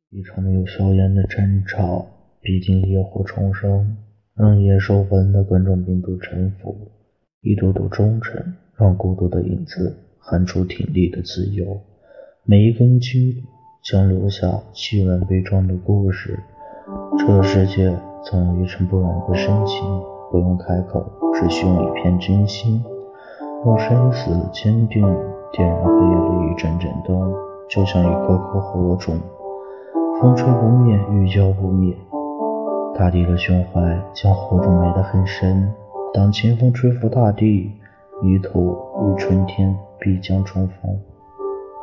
一场没有硝烟的争吵，毕竟烈火重生，让野兽般的观众病毒臣服，一朵朵忠诚，让孤独的影子喊出挺立的自由。每一根筋将留下凄软悲壮的故事。这个世界总有一尘不染的深情，不用开口，只需用一片真心，用生死坚定点燃黑夜的一盏盏灯，就像一颗颗火种，风吹不灭，雨浇不灭。大地的胸怀将火种埋得很深，当清风吹拂大地，泥土与春天必将重逢。